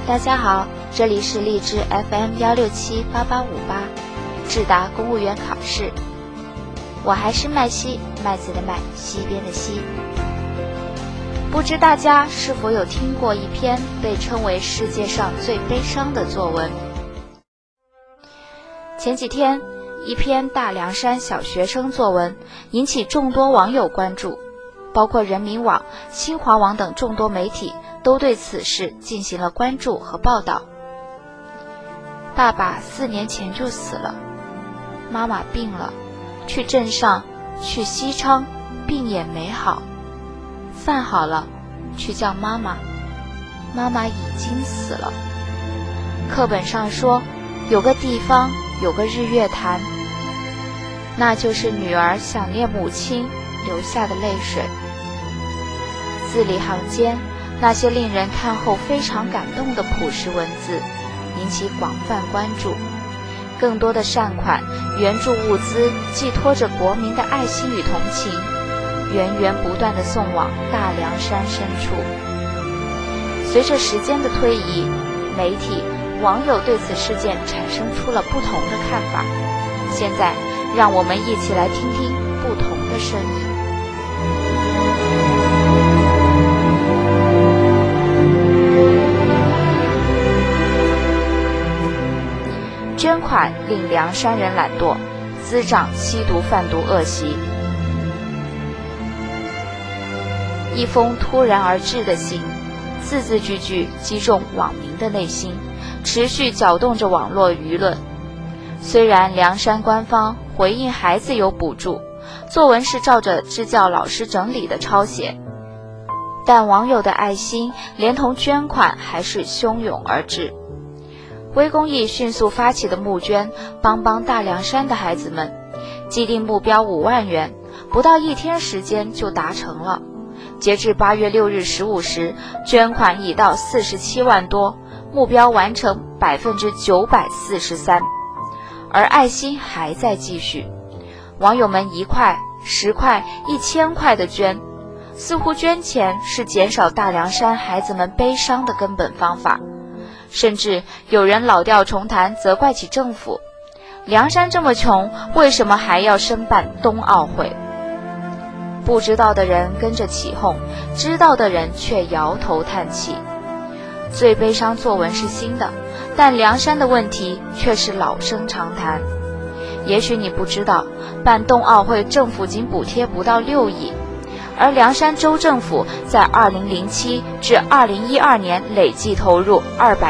大家好，这里是荔枝 FM1678858，智达公务员考试。我还是麦西，麦子的麦，西边的西。不知大家是否有听过一篇被称为世界上最悲伤的作文？前几天，一篇大凉山小学生作文引起众多网友关注，包括人民网、新华网等众多媒体都对此事进行了关注和报道。爸爸4年前就死了，妈妈病了，去镇上，去西昌，病也没好，饭好了，去叫妈妈，妈妈已经死了。课本上说有个地方有个日月潭，那就是女儿想念母亲流下的泪水。字里行间，那些令人看后非常感动的朴实文字引起广泛关注，更多的善款援助物资寄托着国民的爱心与同情，源源不断地送往大凉山深处。随着时间的推移，媒体、网友对此事件产生出了不同的看法。现在让我们一起来听听不同的声音。捐款令凉山人懒惰，滋长吸毒贩毒恶习。一封突然而至的信，字字句句击中网民的内心，持续搅动着网络舆论。虽然凉山官方回应孩子有补助，作文是照着支教老师整理的抄写，但网友的爱心连同捐款还是汹涌而至。微公益迅速发起的募捐，帮大凉山的孩子们，既定目标5万元，不到1天时间就达成了。截至8月6日15时，捐款已到47万多，目标完成943%，而爱心还在继续。网友们1块、10块、1000块的捐，似乎捐钱是减少大凉山孩子们悲伤的根本方法。甚至有人老调重弹，责怪起政府，凉山这么穷，为什么还要申办冬奥会？不知道的人跟着起哄，知道的人却摇头叹气。最悲伤作文是新的，但凉山的问题却是老生常谈。也许你不知道，办冬奥会政府仅补贴不到6亿，而凉山州政府在2007至2012年累计投入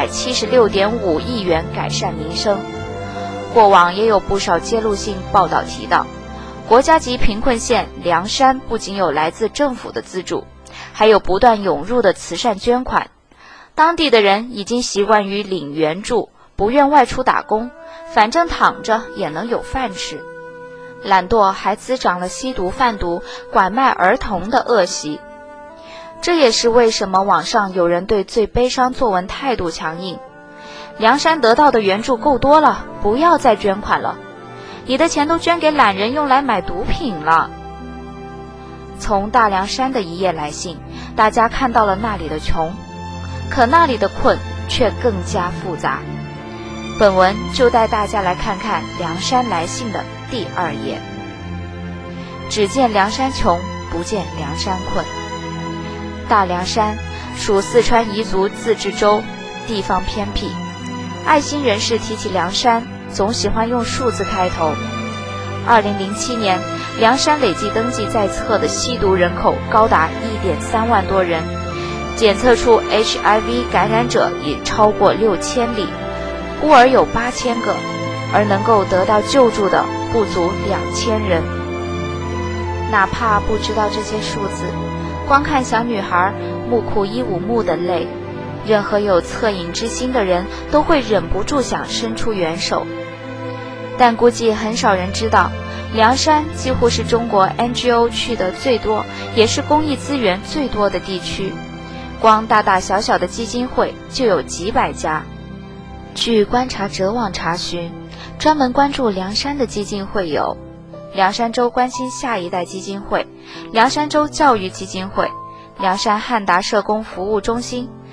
276.5亿元改善民生。过往也有不少揭露性报道提到，国家级贫困县凉山不仅有来自政府的资助，还有不断涌入的慈善捐款。当地的人已经习惯于领援助，不愿外出打工，反正躺着也能有饭吃。懒惰还滋长了吸毒贩毒、拐卖儿童的恶习。这也是为什么网上有人对最悲伤作文态度强硬。凉山得到的援助够多了，不要再捐款了，你的钱都捐给懒人用来买毒品了。从大凉山的一页来信，大家看到了那里的穷，可那里的困却更加复杂。本文就带大家来看看凉山来信的第2页。只见凉山穷，不见凉山困。大凉山属四川彝族自治州，地方偏僻。爱心人士提起凉山，总喜欢用数字开头。2007年，凉山累计登记在册的吸毒人口高达1.3万多人，检测出 HIV 感染者已超过6000例，孤儿有8000个，而能够得到救助的不足2000人。哪怕不知道这些数字，光看小女孩木库伊武木的泪，任何有恻隐之心的人都会忍不住想伸出援手。但估计很少人知道，凉山几乎是中国 NGO 去的最多，也是公益资源最多的地区，光大大小小的基金会就有几百家。据观察者网查询，专门关注凉山的基金会有凉山州关心下一代基金会、凉山州教育基金会、凉山汉达社工服务中心、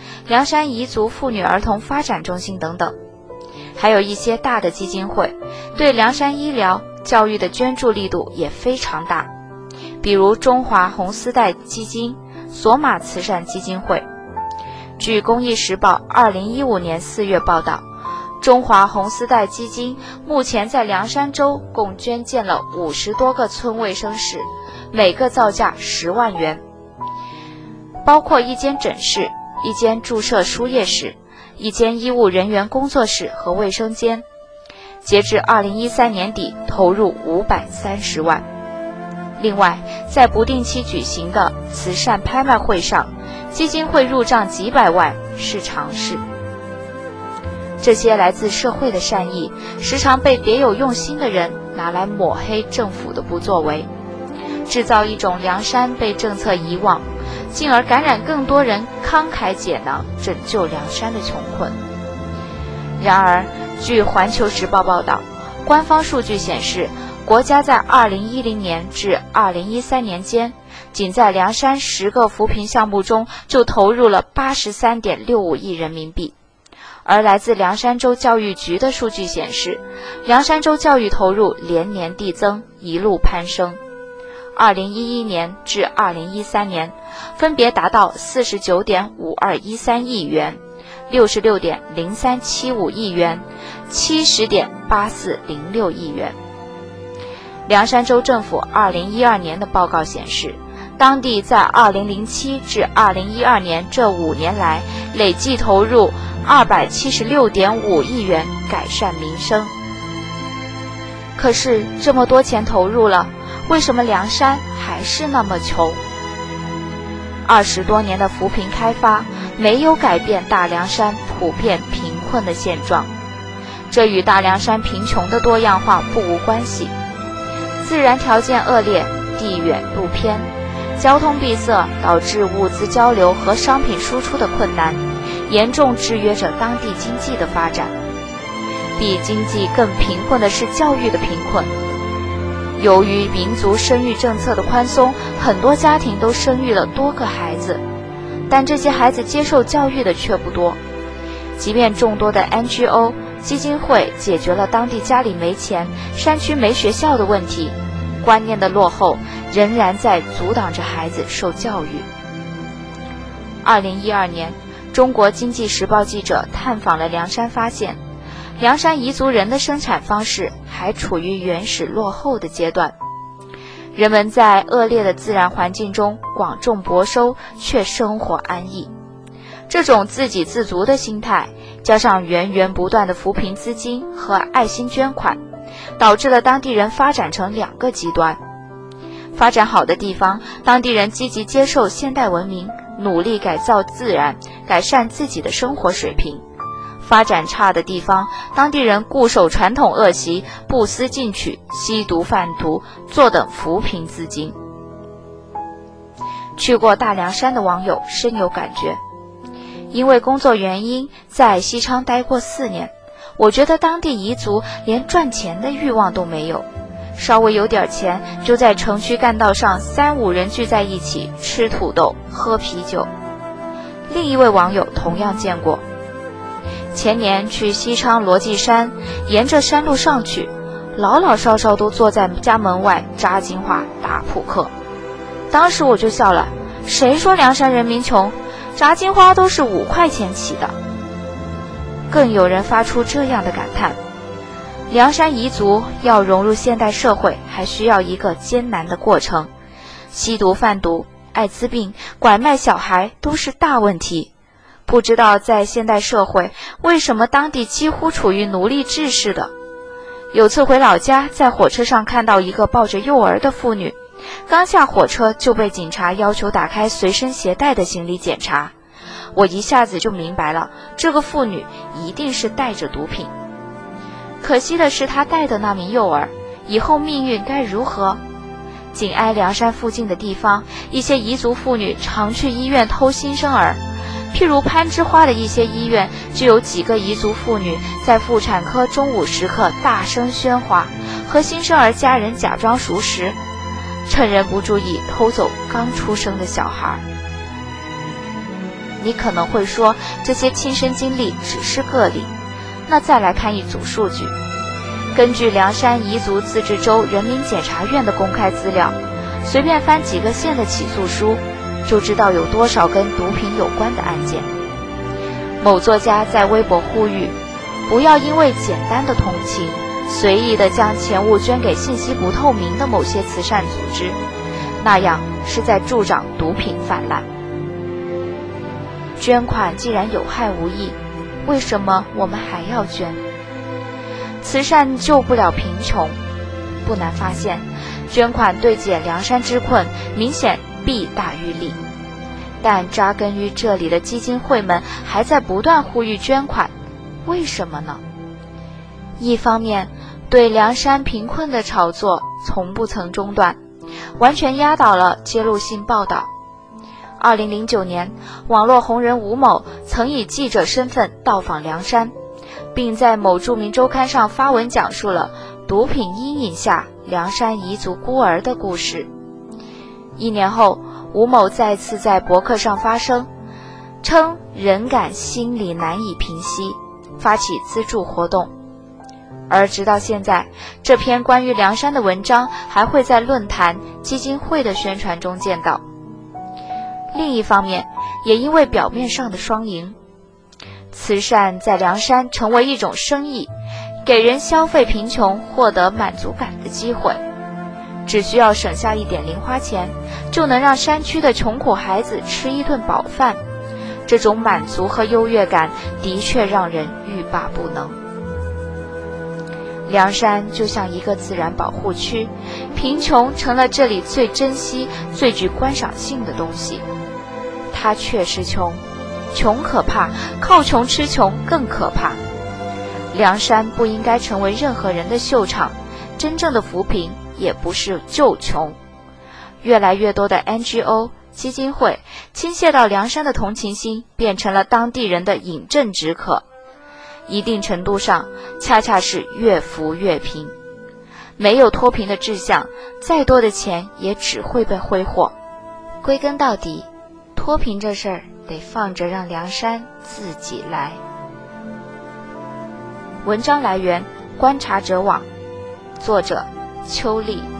凉山彝族妇女儿童发展中心等等，还有一些大的基金会对凉山医疗教育的捐助力度也非常大，比如中华红丝带基金、索马慈善基金会。据公益时报2015年4月报道，中华红丝带基金目前在凉山州共捐建了50多个村卫生室，每个造价10万元，包括一间诊室、一间注射输液室、一间医务人员工作室和卫生间。截至2013年底，投入530万。另外，在不定期举行的慈善拍卖会上，基金会入账几百万是常事。这些来自社会的善意，时常被别有用心的人拿来抹黑政府的不作为，制造一种凉山被政策遗忘，进而感染更多人慷慨解囊拯救凉山的穷困。然而，据环球时报报道，官方数据显示，国家在2010年至2013年间，仅在凉山10个扶贫项目中就投入了83.65亿人民币。而来自凉山州教育局的数据显示，凉山州教育投入连年递增，一路攀升。2011年至2013年，分别达到49.5213亿元、66.0375亿元、70.8406亿元。凉山州政府2012年的报告显示，当地在2007至2012年这5年来，累计投入276.5亿元改善民生。可是这么多钱投入了，为什么凉山还是那么穷？20多年的扶贫开发没有改变大凉山普遍贫困的现状，这与大凉山贫穷的多样化不无关系。自然条件恶劣，地远路偏，交通闭塞，导致物资交流和商品输出的困难，严重制约着当地经济的发展。比经济更贫困的是教育的贫困。由于民族生育政策的宽松，很多家庭都生育了多个孩子，但这些孩子接受教育的却不多。即便众多的 NGO 基金会解决了当地家里没钱、山区没学校的问题，观念的落后仍然在阻挡着孩子受教育。2012年，中国经济时报记者探访了凉山，发现凉山彝族人的生产方式还处于原始落后的阶段，人们在恶劣的自然环境中广种薄收，却生活安逸。这种自给自足的心态，加上源源不断的扶贫资金和爱心捐款，导致了当地人发展成2个极端。发展好的地方，当地人积极接受现代文明，努力改造自然，改善自己的生活水平。发展差的地方，当地人固守传统恶习，不思进取，吸毒贩毒，坐等扶贫资金。去过大凉山的网友深有感觉，因为工作原因在西昌待过4年，我觉得当地彝族连赚钱的欲望都没有，稍微有点钱就在城区干道上3、5人聚在一起吃土豆喝啤酒。另一位网友同样见过，前年去西昌罗髻山，沿着山路上去，老老少少都坐在家门外扎金花打扑克。当时我就笑了，谁说凉山人民穷？炸金花都是5块钱起的。更有人发出这样的感叹：凉山彝族要融入现代社会，还需要一个艰难的过程。吸毒贩毒、艾滋病、拐卖小孩都是大问题。不知道在现代社会，为什么当地几乎处于奴隶制似的。有次回老家，在火车上看到一个抱着幼儿的妇女，刚下火车就被警察要求打开随身携带的行李检查。我一下子就明白了，这个妇女一定是带着毒品。可惜的是，她带的那名幼儿以后命运该如何？紧挨凉山附近的地方，一些彝族妇女常去医院偷新生儿。譬如攀枝花的一些医院，就有几个彝族妇女在妇产科中午时刻大声喧哗，和新生儿家人假装熟识，趁人不注意偷走刚出生的小孩。 你可能会说这些亲身经历只是个例。那再来看一组数据。根据凉山彝族自治州人民检察院的公开资料，随便翻几个县的起诉书，就知道有多少跟毒品有关的案件。某作家在微博呼吁，不要因为简单的同情，随意地将钱物捐给信息不透明的某些慈善组织，那样是在助长毒品泛滥。捐款既然有害无益，为什么我们还要捐？慈善救不了贫穷，不难发现，捐款对解凉山之困明显弊大于利。但扎根于这里的基金会们还在不断呼吁捐款，为什么呢？一方面，对凉山贫困的炒作从不曾中断，完全压倒了揭露性报道。2009年，网络红人吴某曾以记者身份到访凉山，并在某著名周刊上发文讲述了毒品阴影下凉山彝族孤儿的故事。1年后，吴某再次在博客上发声，称仍感心里难以平息，发起资助活动。而直到现在，这篇关于凉山的文章还会在论坛、基金会的宣传中见到。另一方面，也因为表面上的双赢，慈善在凉山成为一种生意，给人消费贫穷、获得满足感的机会。只需要省下一点零花钱，就能让山区的穷苦孩子吃一顿饱饭。这种满足和优越感的确让人欲罢不能。凉山就像一个自然保护区，贫穷成了这里最珍惜、最具观赏性的东西。它确实穷，穷可怕，靠穷吃穷更可怕。凉山不应该成为任何人的秀场，真正的扶贫也不是救穷。越来越多的 NGO 基金会倾泻到凉山的同情心，变成了当地人的饮鸩止渴。一定程度上，恰恰是越扶越贫。没有脱贫的志向，再多的钱也只会被挥霍。归根到底，脱贫这事儿得放着让凉山自己来。文章来源：观察者网，作者：邱丽。